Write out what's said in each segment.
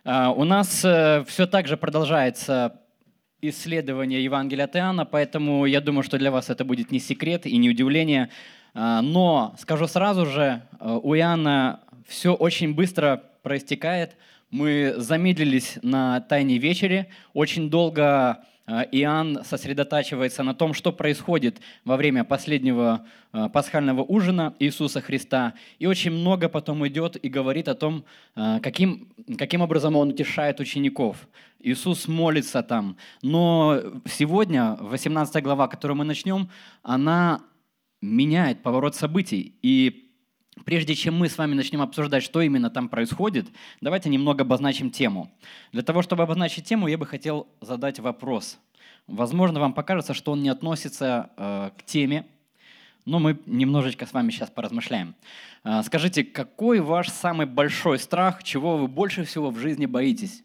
У нас все так же продолжается исследование Евангелия от Иоанна, поэтому я думаю, что для вас это будет не секрет и не удивление. Но скажу сразу же, у Иоанна все очень быстро проистекает. Мы замедлились на Тайной вечере. Очень долго Иоанн сосредотачивается на том, что происходит во время последнего пасхального ужина Иисуса Христа. И очень много потом идет и говорит о том, каким образом он утешает учеников. Иисус молится там. Но сегодня, 18 глава, которую мы начнем, она меняет поворот событий. И прежде чем мы с вами начнем обсуждать, что именно там происходит, давайте немного обозначим тему. Для того, чтобы обозначить тему, я бы хотел задать вопрос. Возможно, вам покажется, что он не относится к теме, но мы немножечко с вами сейчас поразмышляем. Скажите, какой ваш самый большой страх, чего вы больше всего в жизни боитесь?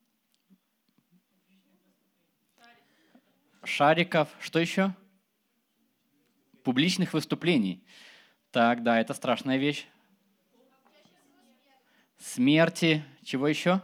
Шариков. Что еще? Публичных выступлений. Так, да, это страшная вещь. Смерти. Чего еще?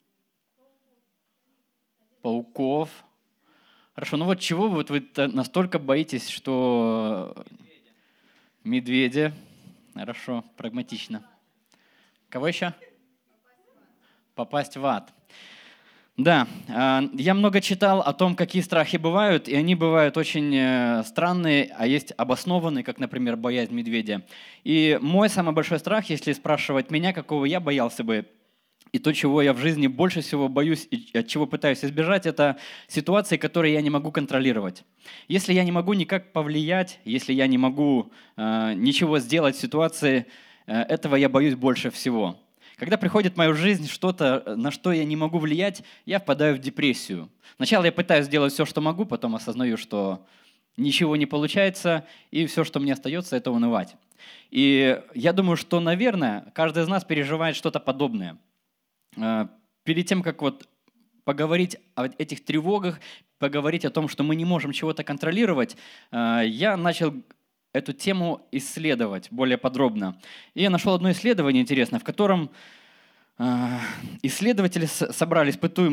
Пауков. Хорошо, ну вот чего вы настолько боитесь, что... Медведя. Хорошо, прагматично. Кого еще? Попасть в ад. Да, я много читал о том, какие страхи бывают, и они бывают очень странные, а есть обоснованные, как, например, боязнь медведя. И мой самый большой страх, если спрашивать меня, какого я боялся бы, и то, чего я в жизни больше всего боюсь и от чего пытаюсь избежать, это ситуации, которые я не могу контролировать. Если я не могу никак повлиять, если я не могу ничего сделать в ситуации, этого я боюсь больше всего. Когда приходит в мою жизнь что-то, на что я не могу влиять, я впадаю в депрессию. Сначала я пытаюсь сделать все, что могу, потом осознаю, что ничего не получается, и все, что мне остается, это унывать. И я думаю, что, наверное, каждый из нас переживает что-то подобное. Перед тем, как поговорить о этих тревогах, поговорить о том, что мы не можем чего-то контролировать, я начал эту тему исследовать более подробно. И я нашел одно исследование интересное, в котором исследователи собрали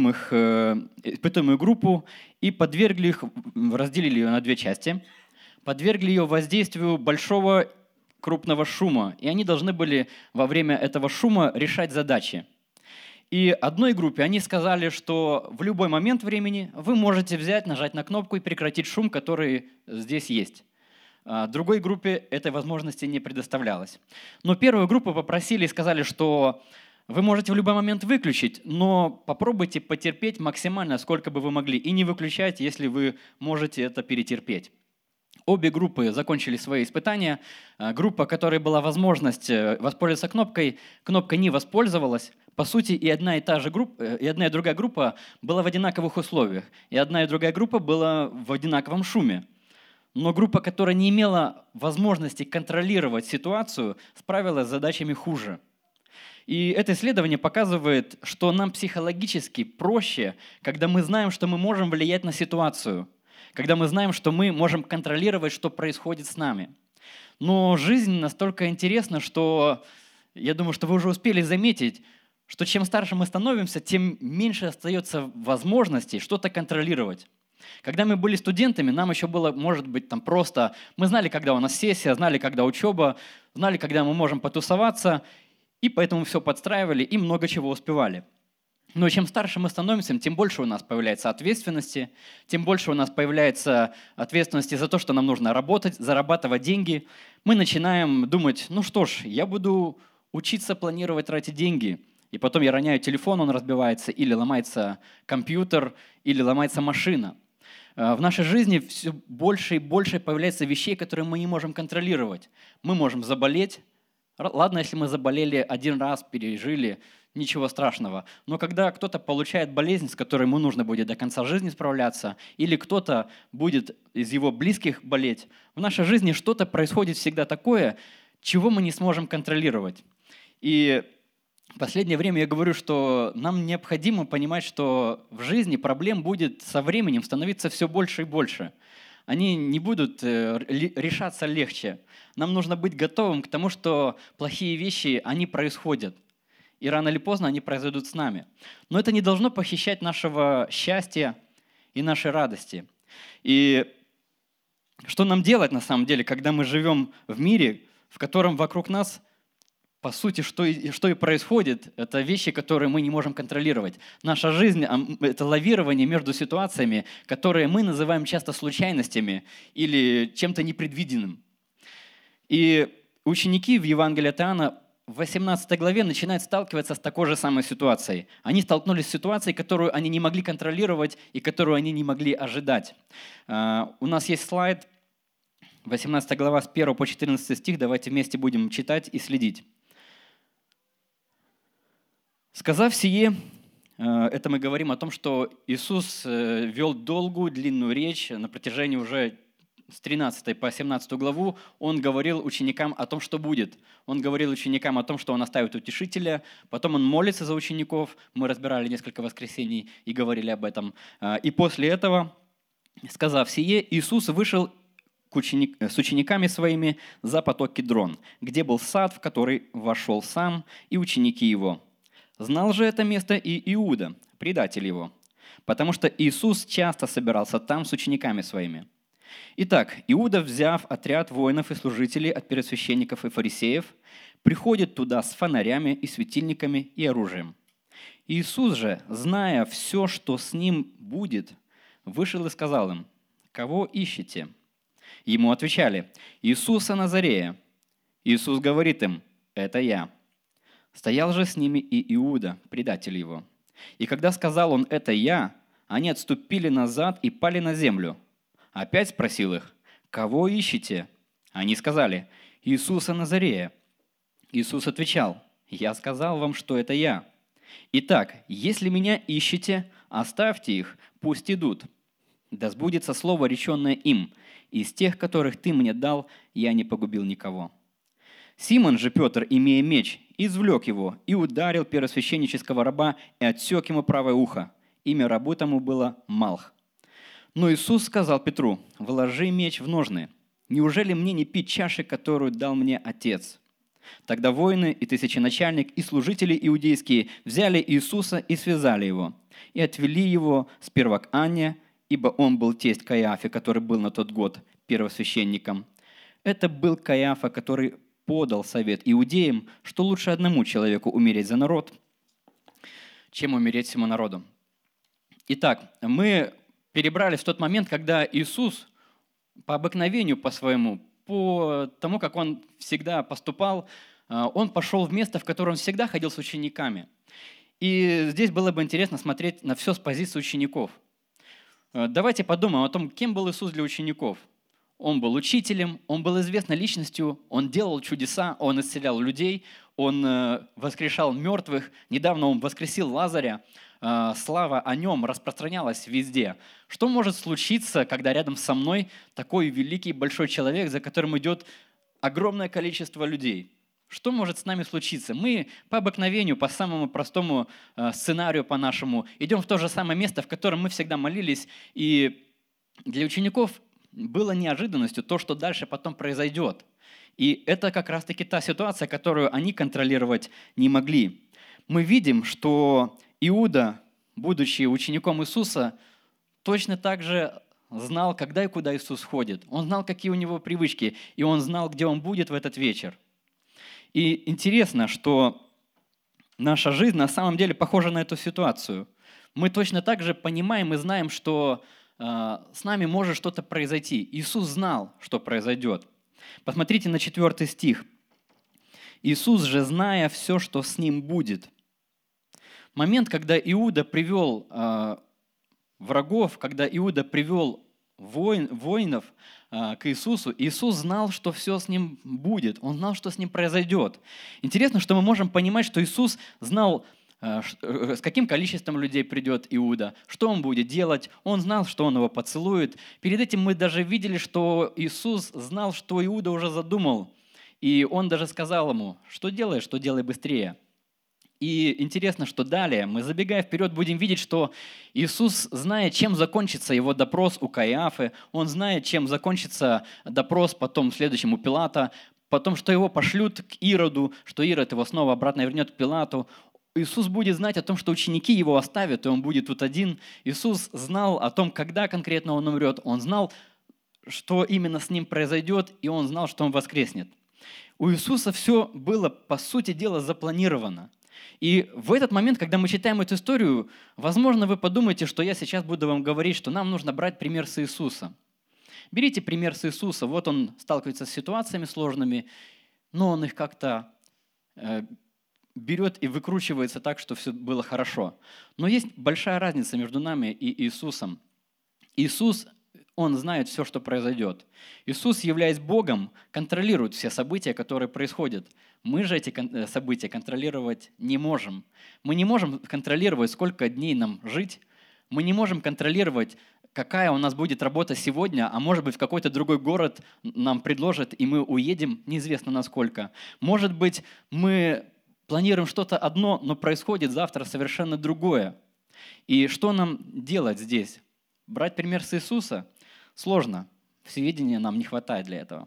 испытуемую группу и подвергли их, разделили ее на две части, подвергли ее воздействию большого крупного шума, и они должны были во время этого шума решать задачи. И одной группе они сказали, что в любой момент времени вы можете взять, нажать на кнопку и прекратить шум, который здесь есть. Другой группе этой возможности не предоставлялось. Но первую группу попросили и сказали, что вы можете в любой момент выключить, но попробуйте потерпеть максимально, сколько бы вы могли, и не выключайте, если вы можете это перетерпеть. Обе группы закончили свои испытания. Группа, которой была возможность воспользоваться кнопкой не воспользовалась. По сути, и одна и другая группа была в одинаковых условиях, и одна и другая группа была в одинаковом шуме. Но группа, которая не имела возможности контролировать ситуацию, справилась с задачами хуже. И это исследование показывает, что нам психологически проще, когда мы знаем, что мы можем влиять на ситуацию, когда мы знаем, что мы можем контролировать, что происходит с нами. Но жизнь настолько интересна, что я думаю, что вы уже успели заметить, что чем старше мы становимся, тем меньше остается возможностей что-то контролировать. Когда мы были студентами, нам еще было, может быть, просто... Мы знали, когда у нас сессия, знали, когда учеба, знали, когда мы можем потусоваться, и поэтому все подстраивали и много чего успевали. Но чем старше мы становимся, тем больше у нас появляется ответственности, тем больше у нас появляется ответственности за то, что нам нужно работать, зарабатывать деньги. Мы начинаем думать, ну что ж, я буду учиться планировать, тратить деньги, и потом я роняю телефон, он разбивается, или ломается компьютер, или ломается машина. В нашей жизни все больше и больше появляется вещей, которые мы не можем контролировать. Мы можем заболеть. Ладно, если мы заболели один раз, пережили, ничего страшного. Но когда кто-то получает болезнь, с которой ему нужно будет до конца жизни справляться, или кто-то будет из его близких болеть, в нашей жизни что-то происходит всегда такое, чего мы не сможем контролировать. И в последнее время я говорю, что нам необходимо понимать, что в жизни проблем будет со временем становиться все больше и больше. Они не будут решаться легче. Нам нужно быть готовым к тому, что плохие вещи, они происходят. и рано или поздно они произойдут с нами. Но это не должно похищать нашего счастья и нашей радости. И что нам делать на самом деле, когда мы живем в мире, в котором вокруг нас, по сути, что и происходит, это вещи, которые мы не можем контролировать. Наша жизнь – это лавирование между ситуациями, которые мы называем часто случайностями или чем-то непредвиденным. И ученики в Евангелии от Иоанна в 18 главе начинают сталкиваться с такой же самой ситуацией. Они столкнулись с ситуацией, которую они не могли контролировать и которую они не могли ожидать. У нас есть слайд, 18 глава с 1 по 14 стих. Давайте вместе будем читать и следить. «Сказав сие», это мы говорим о том, что Иисус вел долгую, длинную речь на протяжении уже с 13 по 17 главу. Он говорил ученикам о том, что будет. Он говорил ученикам о том, что Он оставит утешителя. Потом Он молится за учеников. Мы разбирали несколько воскресений и говорили об этом. И после этого, сказав сие, Иисус вышел с учениками своими за поток Кидрон, где был сад, в который вошел сам и ученики Его. Знал же это место и Иуда, предатель Его, потому что Иисус часто собирался там с учениками своими. Итак, Иуда, взяв отряд воинов и служителей от первосвященников и фарисеев, приходит туда с фонарями и светильниками и оружием. Иисус же, зная все, что с ним будет, вышел и сказал им: «Кого ищете?» Ему отвечали: «Иисуса Назарея». Иисус говорит им: «Это я». Стоял же с ними и Иуда, предатель Его. И когда сказал он: «Это я», они отступили назад и пали на землю. Опять спросил их: «Кого ищете?» Они сказали: «Иисуса Назарея». Иисус отвечал: «Я сказал вам, что это я. Итак, если меня ищете, оставьте их, пусть идут. Да сбудется слово, реченное им: из тех, которых ты мне дал, я не погубил никого». Симон же Петр, имея меч, извлек его и ударил первосвященнического раба и отсек ему правое ухо. Имя рабу тому было Малх. Но Иисус сказал Петру: «Вложи меч в ножны. Неужели мне не пить чаши, которую дал мне Отец?» Тогда воины и тысяченачальник и служители иудейские взяли Иисуса и связали его, и отвели его сперва к Анне, ибо он был тесть Каиафе, который был на тот год первосвященником. Это был Каиафа, который подал совет иудеям, что лучше одному человеку умереть за народ, чем умереть всему народу. Итак, мы перебрались в тот момент, когда Иисус по обыкновению, по своему, по тому, как Он всегда поступал, Он пошел в место, в которое Он всегда ходил с учениками. И здесь было бы интересно смотреть на все с позиции учеников. Давайте подумаем о том, кем был Иисус для учеников. Он был учителем, Он был известной личностью, Он делал чудеса, Он исцелял людей, Он воскрешал мертвых. Недавно Он воскресил Лазаря. Слава о Нем распространялась везде. Что может случиться, когда рядом со мной такой великий, большой человек, за которым идет огромное количество людей? Что может с нами случиться? Мы по обыкновению, по самому простому сценарию, по нашему, идем в то же самое место, в котором мы всегда молились. И для учеников было неожиданностью то, что дальше потом произойдет. И это как раз-таки та ситуация, которую они контролировать не могли. Мы видим, что Иуда, будучи учеником Иисуса, точно так же знал, когда и куда Иисус ходит. Он знал, какие у него привычки, и он знал, где он будет в этот вечер. И интересно, что наша жизнь на самом деле похожа на эту ситуацию. Мы точно так же понимаем и знаем, что с нами может что-то произойти. Иисус знал, что произойдет. Посмотрите на 4 стих. «Иисус же, зная все, что с ним будет». Момент, когда Иуда привел врагов, когда Иуда привел воинов к Иисусу, Иисус знал, что все с ним будет. Он знал, что с ним произойдет. Интересно, что мы можем понимать, что Иисус знал, с каким количеством людей придет Иуда, что он будет делать. Он знал, что он его поцелует. Перед этим мы даже видели, что Иисус знал, что Иуда уже задумал. И он даже сказал ему: что делаешь, что делай быстрее. И интересно, что далее, мы, забегая вперед, будем видеть, что Иисус знает, чем закончится его допрос у Каиафы, он знает, чем закончится допрос потом следующим у Пилата, потом, что его пошлют к Ироду, что Ирод его снова обратно вернет к Пилату. Иисус будет знать о том, что ученики его оставят, и он будет тут один. Иисус знал о том, когда конкретно он умрет. Он знал, что именно с ним произойдет, и он знал, что он воскреснет. У Иисуса все было, по сути дела, запланировано. И в этот момент, когда мы читаем эту историю, возможно, вы подумаете, что я сейчас буду вам говорить, что нам нужно брать пример с Иисуса. Берите пример с Иисуса. Вот он сталкивается с ситуациями сложными, но он их как-то берет и выкручивается так, что все было хорошо. Но есть большая разница между нами и Иисусом. Иисус, Он знает все, что произойдет. Иисус, являясь Богом, контролирует все события, которые происходят. Мы же эти события контролировать не можем. Мы не можем контролировать, сколько дней нам жить. Мы не можем контролировать, какая у нас будет работа сегодня, а может быть в какой-то другой город нам предложат, и мы уедем неизвестно насколько. Может быть, мы планируем что-то одно, но происходит завтра совершенно другое. И что нам делать здесь? Брать пример с Иисуса? Сложно. Всеведения нам не хватает для этого.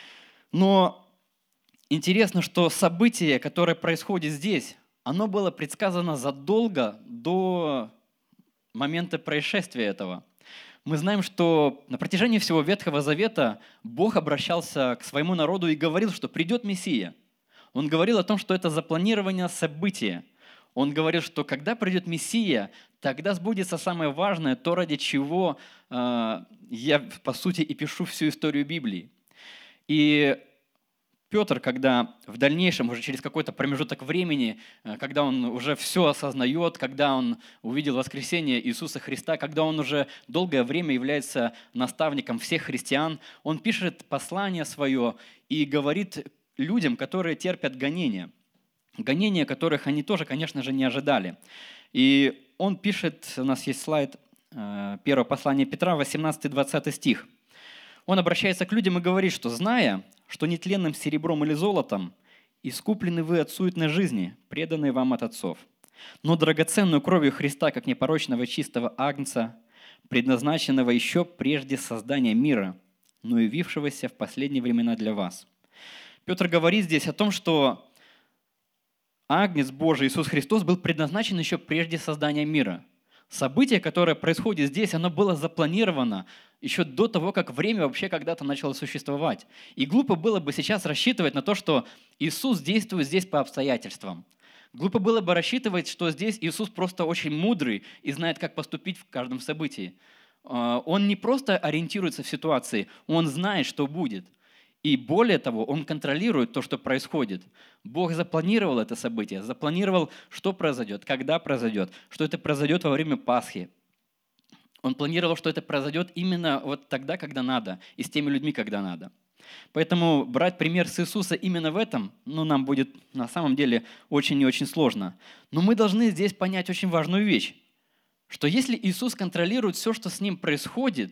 Но интересно, что событие, которое происходит здесь, оно было предсказано задолго до момента происшествия этого. Мы знаем, что на протяжении всего Ветхого Завета Бог обращался к своему народу и говорил, что придет Мессия. Он говорил о том, что это запланированное событие. Он говорил, что когда придет Мессия, тогда сбудется самое важное, то, ради чего я, по сути, и пишу всю историю Библии. И Петр, когда в дальнейшем, уже через какой-то промежуток времени, когда он уже все осознает, когда он увидел воскресение Иисуса Христа, когда он уже долгое время является наставником всех христиан, он пишет послание свое и говорит людям, которые терпят гонения. Гонения, которых они тоже, конечно же, не ожидали. И он пишет, у нас есть слайд, первое послание Петра, 18-20 стих. Он обращается к людям и говорит, что «зная, что нетленным серебром или золотом искуплены вы от суетной жизни, преданные вам от отцов, но драгоценную кровью Христа, как непорочного и чистого агнца, предназначенного еще прежде создания мира, но явившегося в последние времена для вас». Петр говорит здесь о том, что Агнец Божий Иисус Христос был предназначен еще прежде создания мира. Событие, которое происходит здесь, оно было запланировано еще до того, как время вообще когда-то начало существовать. И глупо было бы сейчас рассчитывать на то, что Иисус действует здесь по обстоятельствам. Глупо было бы рассчитывать, что здесь Иисус просто очень мудрый и знает, как поступить в каждом событии. Он не просто ориентируется в ситуации, он знает, что будет. И более того, он контролирует то, что происходит. Бог запланировал это событие, запланировал, что произойдет, когда произойдет, что это произойдет во время Пасхи. Он планировал, что это произойдет именно вот тогда, когда надо, и с теми людьми, когда надо. Поэтому брать пример с Иисуса именно в этом, нам будет на самом деле очень и очень сложно. Но мы должны здесь понять очень важную вещь, что если Иисус контролирует все, что с Ним происходит,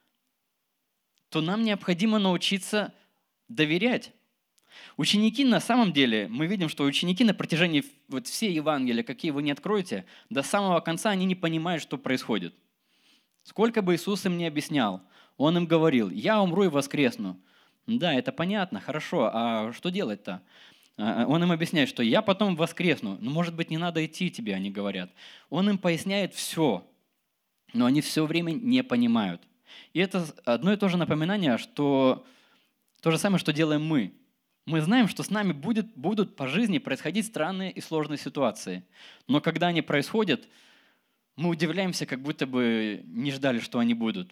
то нам необходимо научиться доверять. Ученики на самом деле, мы видим, что ученики на протяжении всей Евангелия, какие вы не откроете, до самого конца они не понимают, что происходит. Сколько бы Иисус им не объяснял, Он им говорил: «Я умру и воскресну». Да, это понятно, хорошо, а что делать-то? Он им объясняет, что «я потом воскресну». Может быть, не надо идти тебе, они говорят. Он им поясняет все, но они все время не понимают. И это одно и то же напоминание, что то же самое, что делаем мы. Мы знаем, что с нами будут по жизни происходить странные и сложные ситуации. Но когда они происходят, мы удивляемся, как будто бы не ждали, что они будут.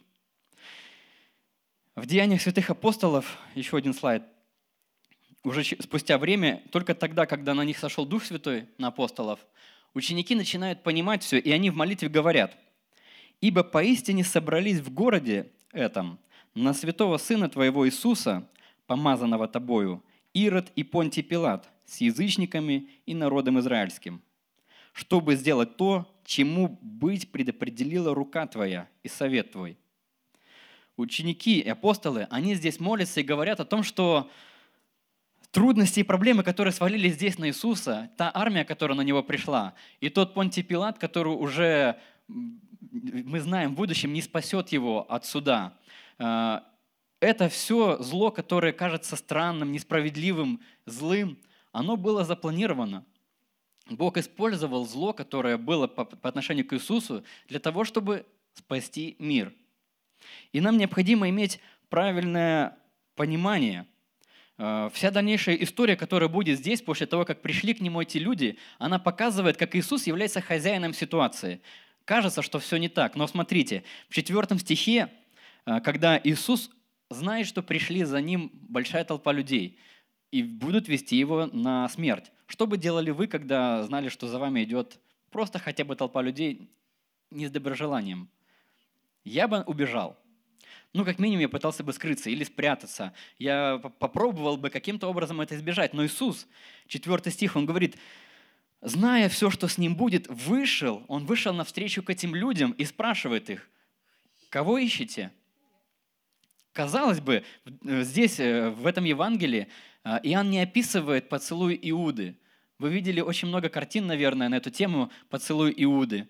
В Деяниях святых апостолов, еще один слайд, уже спустя время, только тогда, когда на них сошел Дух Святой, на апостолов, ученики начинают понимать все, и они в молитве говорят: «Ибо поистине собрались в городе этом на святого Сына Твоего Иисуса, помазанного Тобою, Ирод и Понтий Пилат, с язычниками и народом израильским, чтобы сделать то, чему быть предопределила рука Твоя и совет Твой». Ученики и апостолы, они здесь молятся и говорят о том, что трудности и проблемы, которые свалились здесь на Иисуса, та армия, которая на Него пришла, и тот Понтий Пилат, который уже, мы знаем, в будущем не спасет Его от суда, это все зло, которое кажется странным, несправедливым, злым, оно было запланировано. Бог использовал зло, которое было по отношению к Иисусу, для того, чтобы спасти мир. И нам необходимо иметь правильное понимание. Вся дальнейшая история, которая будет здесь, после того, как пришли к Нему эти люди, она показывает, как Иисус является хозяином ситуации. Кажется, что все не так, но смотрите, в 4 стихе, когда Иисус знает, что пришли за Ним большая толпа людей и будут вести Его на смерть. Что бы делали вы, когда знали, что за вами идет просто хотя бы толпа людей не с доброжеланием? Я бы убежал. Как минимум, я пытался бы скрыться или спрятаться. Я попробовал бы каким-то образом это избежать. Но Иисус, 4 стих, Он говорит, зная все, что с Ним будет, Он вышел навстречу к этим людям и спрашивает их, кого ищете? Казалось бы, здесь, в этом Евангелии, Иоанн не описывает поцелуй Иуды. Вы видели очень много картин, наверное, на эту тему «Поцелуй Иуды».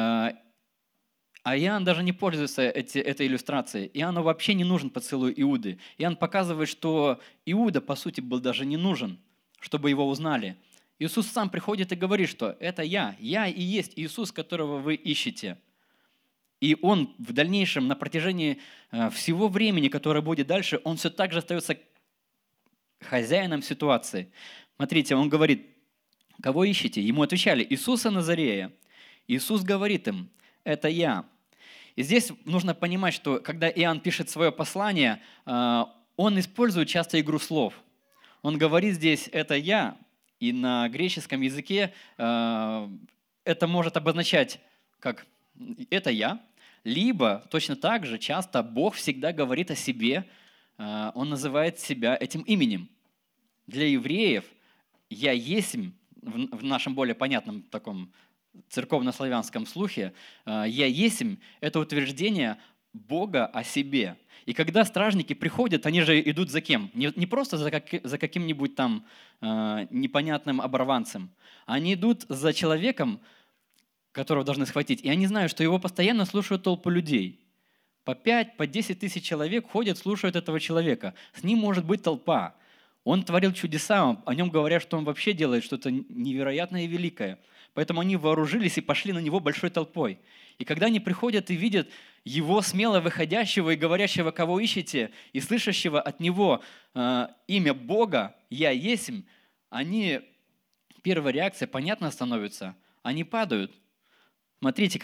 А Иоанн даже не пользуется этой иллюстрацией. Иоанну вообще не нужен поцелуй Иуды. Иоанн показывает, что Иуда, по сути, был даже не нужен, чтобы его узнали. Иисус сам приходит и говорит, что это я и есть Иисус, которого вы ищете. И Он в дальнейшем, на протяжении всего времени, которое будет дальше, Он все так же остается хозяином ситуации. Смотрите, Он говорит, кого ищете? Ему отвечали, Иисуса Назарея. Иисус говорит им, это я. И здесь нужно понимать, что когда Иоанн пишет свое послание, он использует часто игру слов. Он говорит здесь «это я», и на греческом языке это может обозначать как «это я», либо точно так же часто Бог всегда говорит о себе, Он называет себя этим именем. Для евреев «я есмь» в нашем более понятном таком церковно-славянском слухе, «я есмь» — это утверждение Бога о себе. И когда стражники приходят, они же идут за кем? Не просто за каким-нибудь там непонятным оборванцем. Они идут за человеком, которого должны схватить. И они знают, что его постоянно слушают толпы людей. По 5, по 10 тысяч человек ходят, слушают этого человека. С ним может быть толпа. Он творил чудеса, о нем говорят, что он вообще делает что-то невероятное и великое. Поэтому они вооружились и пошли на него большой толпой. И когда они приходят и видят его смело выходящего и говорящего, кого ищете, и слышащего от него имя Бога, «Я есмь», первая реакция понятно становится, они падают. Смотрите,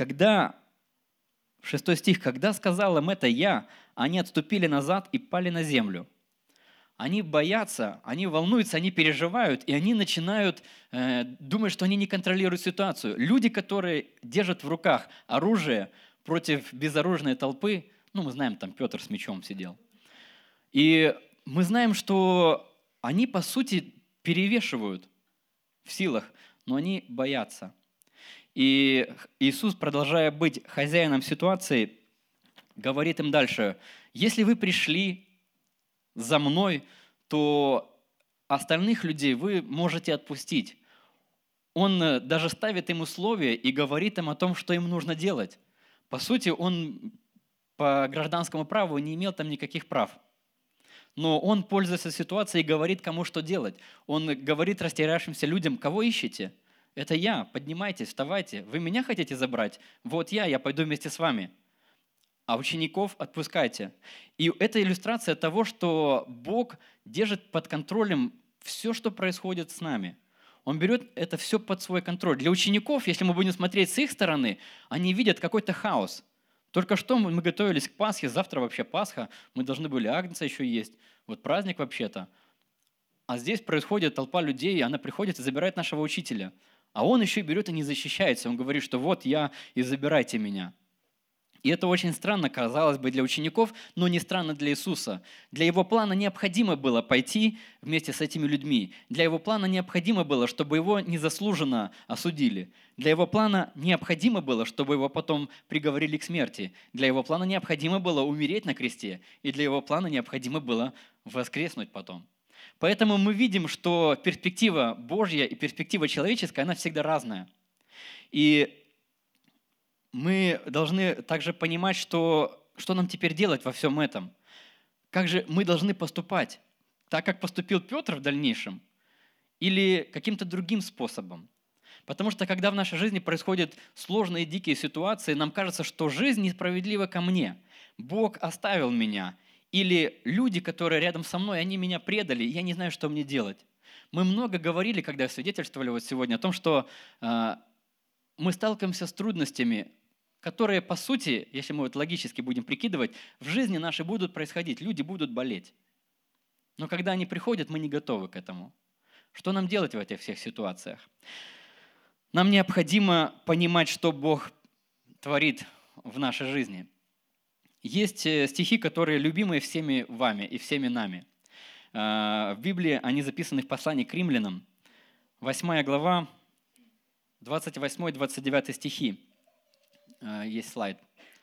6 стих, когда сказал им это «я», они отступили назад и пали на землю. Они боятся, они волнуются, они переживают, и они начинают думать, что они не контролируют ситуацию. Люди, которые держат в руках оружие против безоружной толпы, мы знаем, там Петр с мечом сидел. И мы знаем, что они, по сути, перевешивают в силах, но они боятся. И Иисус, продолжая быть хозяином ситуации, говорит им дальше, если вы пришли за мной, то остальных людей вы можете отпустить. Он даже ставит им условия и говорит им о том, что им нужно делать. По сути, он по гражданскому праву не имел там никаких прав. Но он пользуется ситуацией и говорит, кому что делать. Он говорит растерявшимся людям, кого ищете? Это я, поднимайтесь, вставайте. Вы меня хотите забрать? Вот я пойду вместе с вами. А учеников отпускайте. И это иллюстрация того, что Бог держит под контролем все, что происходит с нами. Он берет это все под свой контроль. Для учеников, если мы будем смотреть с их стороны, они видят какой-то хаос. Только что мы готовились к Пасхе, завтра вообще Пасха, мы должны были агнца еще есть. Вот праздник вообще-то. А здесь происходит толпа людей, и она приходит и забирает нашего учителя. А он еще и берет и не защищается. Он говорит, что вот я, и забирайте меня. И это очень странно, казалось бы, для учеников, но не странно для Иисуса. Для его плана необходимо было пойти вместе с этими людьми. Для его плана необходимо было, чтобы его незаслуженно осудили. Для его плана необходимо было, чтобы его потом приговорили к смерти. Для его плана необходимо было умереть на кресте. И для его плана необходимо было воскреснуть потом. Поэтому мы видим, что перспектива Божья и перспектива человеческая, она всегда разная. И мы должны также понимать, что нам теперь делать во всем этом. Как же мы должны поступать? Так, как поступил Петр в дальнейшем? Или каким-то другим способом? Потому что когда в нашей жизни происходят сложные, дикие ситуации, нам кажется, что жизнь несправедлива ко мне. Бог оставил меня. Или люди, которые рядом со мной, они меня предали, и я не знаю, что мне делать. Мы много говорили, когда свидетельствовали вот сегодня, о том, что мы сталкиваемся с трудностями, которые, по сути, если мы вот логически будем прикидывать, в жизни нашей будут происходить, люди будут болеть. Но когда они приходят, мы не готовы к этому. Что нам делать в этих всех ситуациях? Нам необходимо понимать, что Бог творит в нашей жизни. Есть стихи, которые любимые всеми вами и всеми нами. В Библии они записаны в послании к римлянам, 8 глава, 28-29 стихи. Есть слайд.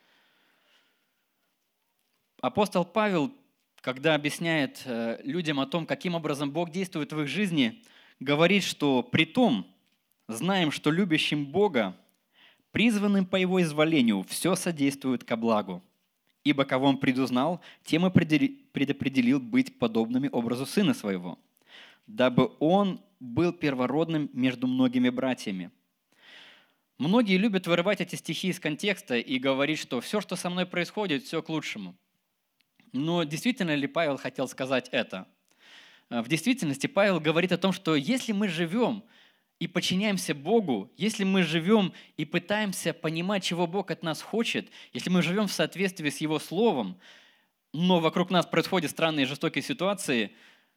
Апостол Павел, когда объясняет людям о том, каким образом Бог действует в их жизни, говорит, что «притом знаем, что любящим Бога, призванным по Его изволению, все содействует ко благу. Ибо кого Он предузнал, тем и предопределил быть подобными образу Сына Своего, дабы Он был первородным между многими братьями». Многие любят вырывать эти стихи из контекста и говорить, что все, что со мной происходит, все к лучшему. Но действительно ли Павел хотел сказать это? В действительности Павел говорит о том, что если мы живем и подчиняемся Богу, если мы живем и пытаемся понимать, чего Бог от нас хочет, если мы живем в соответствии с Его Словом, но вокруг нас происходят странные и жестокие ситуации,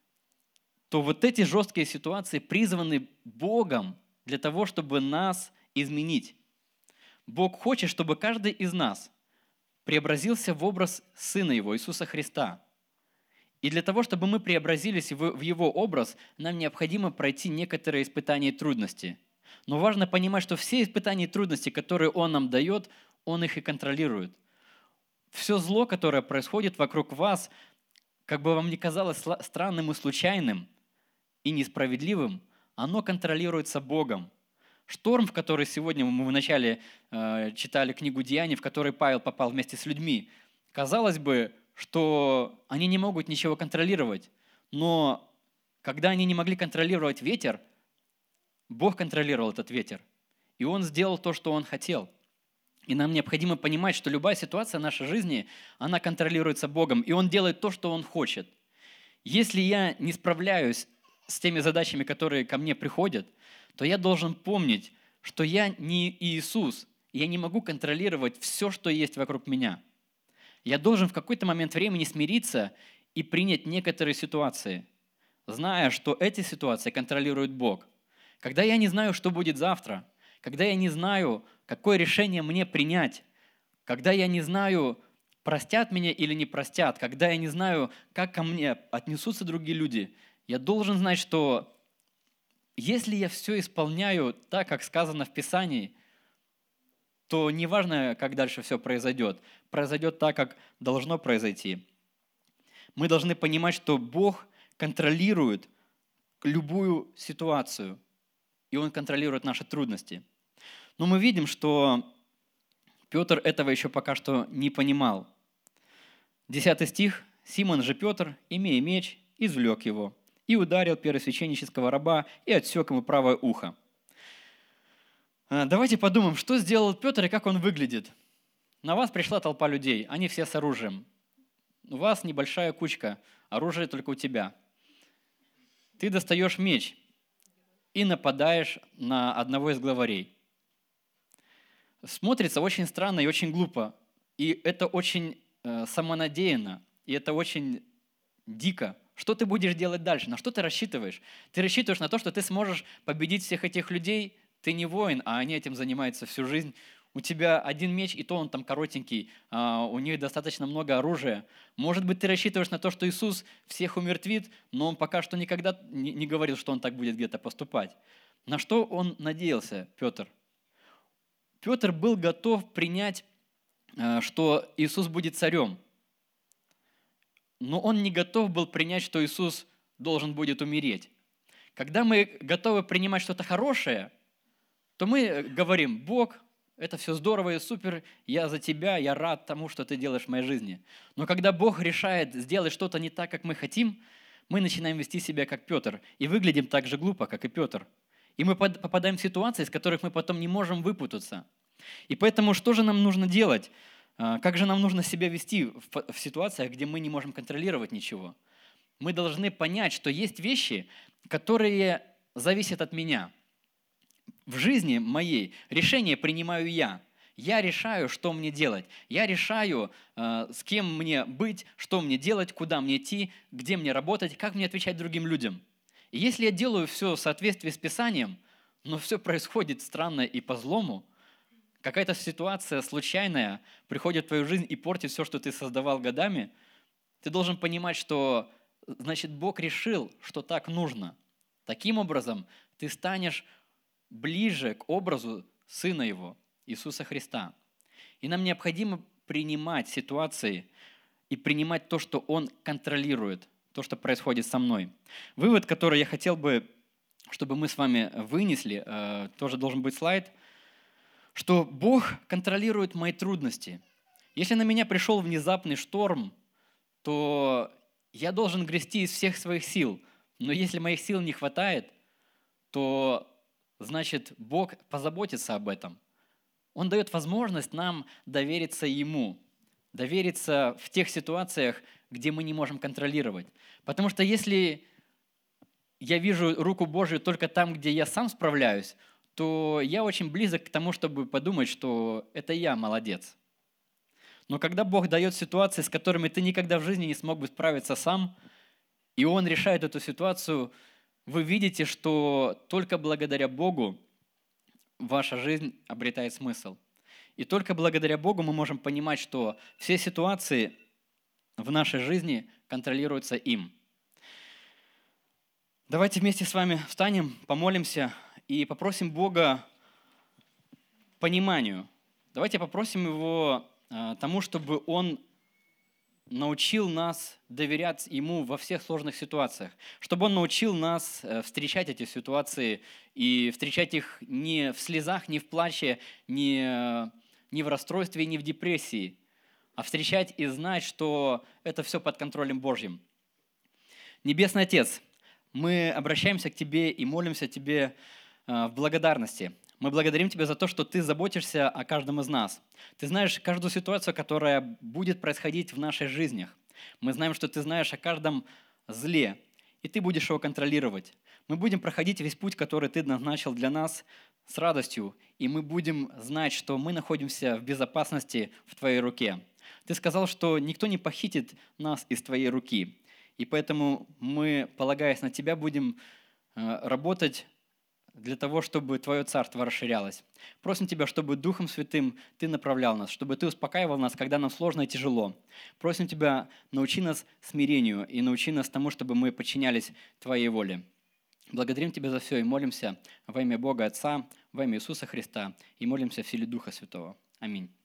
то вот эти жесткие ситуации призваны Богом для того, чтобы нас изменить. Бог хочет, чтобы каждый из нас преобразился в образ Сына Его, Иисуса Христа. И для того, чтобы мы преобразились в Его образ, нам необходимо пройти некоторые испытания и трудности. Но важно понимать, что все испытания и трудности, которые Он нам дает, Он их и контролирует. Все зло, которое происходит вокруг вас, как бы вам ни казалось странным и случайным, и несправедливым, оно контролируется Богом. Шторм, в который сегодня мы вначале читали книгу «Деяний», в который Павел попал вместе с людьми, казалось бы, что они не могут ничего контролировать. Но когда они не могли контролировать ветер, Бог контролировал этот ветер. И Он сделал то, что Он хотел. И нам необходимо понимать, что любая ситуация в нашей жизни, она контролируется Богом, и Он делает то, что Он хочет. Если я не справляюсь с теми задачами, которые ко мне приходят, то я должен помнить, что я не Иисус, и я не могу контролировать все, что есть вокруг меня. Я должен в какой-то момент времени смириться и принять некоторые ситуации, зная, что эти ситуации контролирует Бог. Когда я не знаю, что будет завтра, когда я не знаю, какое решение мне принять, когда я не знаю, простят меня или не простят, когда я не знаю, как ко мне отнесутся другие люди, я должен знать, что если я все исполняю так, как сказано в Писании, то неважно, как дальше все произойдет так, как должно произойти. Мы должны понимать, что Бог контролирует любую ситуацию, и Он контролирует наши трудности. Но мы видим, что Петр этого еще пока что не понимал. 10 стих. «Симон же Петр, имея меч, извлек его, и ударил первосвященнического раба, и отсек ему правое ухо». Давайте подумаем, что сделал Петр и как он выглядит. На вас пришла толпа людей, они все с оружием. У вас небольшая кучка, оружие только у тебя. Ты достаешь меч и нападаешь на одного из главарей. Смотрится очень странно и очень глупо. И это очень самонадеянно, и это очень дико. Что ты будешь делать дальше? На что ты рассчитываешь? Ты рассчитываешь на то, что ты сможешь победить всех этих людей. Ты не воин, а они этим занимаются всю жизнь. У тебя один меч, и то он там коротенький, у них достаточно много оружия. Может быть, ты рассчитываешь на то, что Иисус всех умертвит, но Он пока что никогда не говорил, что Он так будет где-то поступать. На что он надеялся, Петр? Петр был готов принять, что Иисус будет царем, но он не готов был принять, что Иисус должен будет умереть. Когда мы готовы принимать что-то хорошее, то мы говорим: Бог, это все здорово и супер, я за тебя, я рад тому, что ты делаешь в моей жизни. Но когда Бог решает сделать что-то не так, как мы хотим, мы начинаем вести себя как Петр и выглядим так же глупо, как и Петр. И мы попадаем в ситуации, из которых мы потом не можем выпутаться. И поэтому что же нам нужно делать? Как же нам нужно себя вести в ситуациях, где мы не можем контролировать ничего? Мы должны понять, что есть вещи, которые зависят от меня. В жизни моей решение принимаю я. Я решаю, что мне делать. Я решаю, с кем мне быть, что мне делать, куда мне идти, где мне работать, как мне отвечать другим людям. И если я делаю все в соответствии с Писанием, но все происходит странно и по-злому, какая-то ситуация случайная приходит в твою жизнь и портит все, что ты создавал годами, ты должен понимать, что, значит, Бог решил, что так нужно. Таким образом, ты станешь ближе к образу Сына Его, Иисуса Христа. И нам необходимо принимать ситуации и принимать то, что Он контролирует, то, что происходит со мной. Вывод, который я хотел бы, чтобы мы с вами вынесли, тоже должен быть слайд, что Бог контролирует мои трудности. Если на меня пришел внезапный шторм, то я должен грести из всех своих сил. Но если моих сил не хватает, то значит Бог позаботится об этом. Он дает возможность нам довериться Ему, довериться в тех ситуациях, где мы не можем контролировать. Потому что если я вижу руку Божию только там, где я сам справляюсь, то я очень близок к тому, чтобы подумать, что это я молодец. Но когда Бог дает ситуации, с которыми ты никогда в жизни не смог бы справиться сам, и Он решает эту ситуацию, вы видите, что только благодаря Богу ваша жизнь обретает смысл. И только благодаря Богу мы можем понимать, что все ситуации в нашей жизни контролируются им. Давайте вместе с вами встанем, помолимся и попросим Бога пониманию. Давайте попросим Его тому, чтобы Он научил нас доверять Ему во всех сложных ситуациях, чтобы Он научил нас встречать эти ситуации и встречать их не в слезах, не в плаче, не в расстройстве, не в депрессии, а встречать и знать, что это все под контролем Божьим. Небесный Отец, мы обращаемся к Тебе и молимся Тебе в благодарности. Мы благодарим Тебя за то, что Ты заботишься о каждом из нас. Ты знаешь каждую ситуацию, которая будет происходить в наших жизнях. Мы знаем, что Ты знаешь о каждом зле, и Ты будешь его контролировать. Мы будем проходить весь путь, который Ты назначил для нас, с радостью, и мы будем знать, что мы находимся в безопасности в Твоей руке. Ты сказал, что никто не похитит нас из Твоей руки, и поэтому мы, полагаясь на Тебя, будем работать для того, чтобы Твое Царство расширялось. Просим Тебя, чтобы Духом Святым Ты направлял нас, чтобы Ты успокаивал нас, когда нам сложно и тяжело. Просим Тебя, научи нас смирению и научи нас тому, чтобы мы подчинялись Твоей воле. Благодарим Тебя за все и молимся во имя Бога Отца, во имя Иисуса Христа, и молимся в силе Духа Святого. Аминь.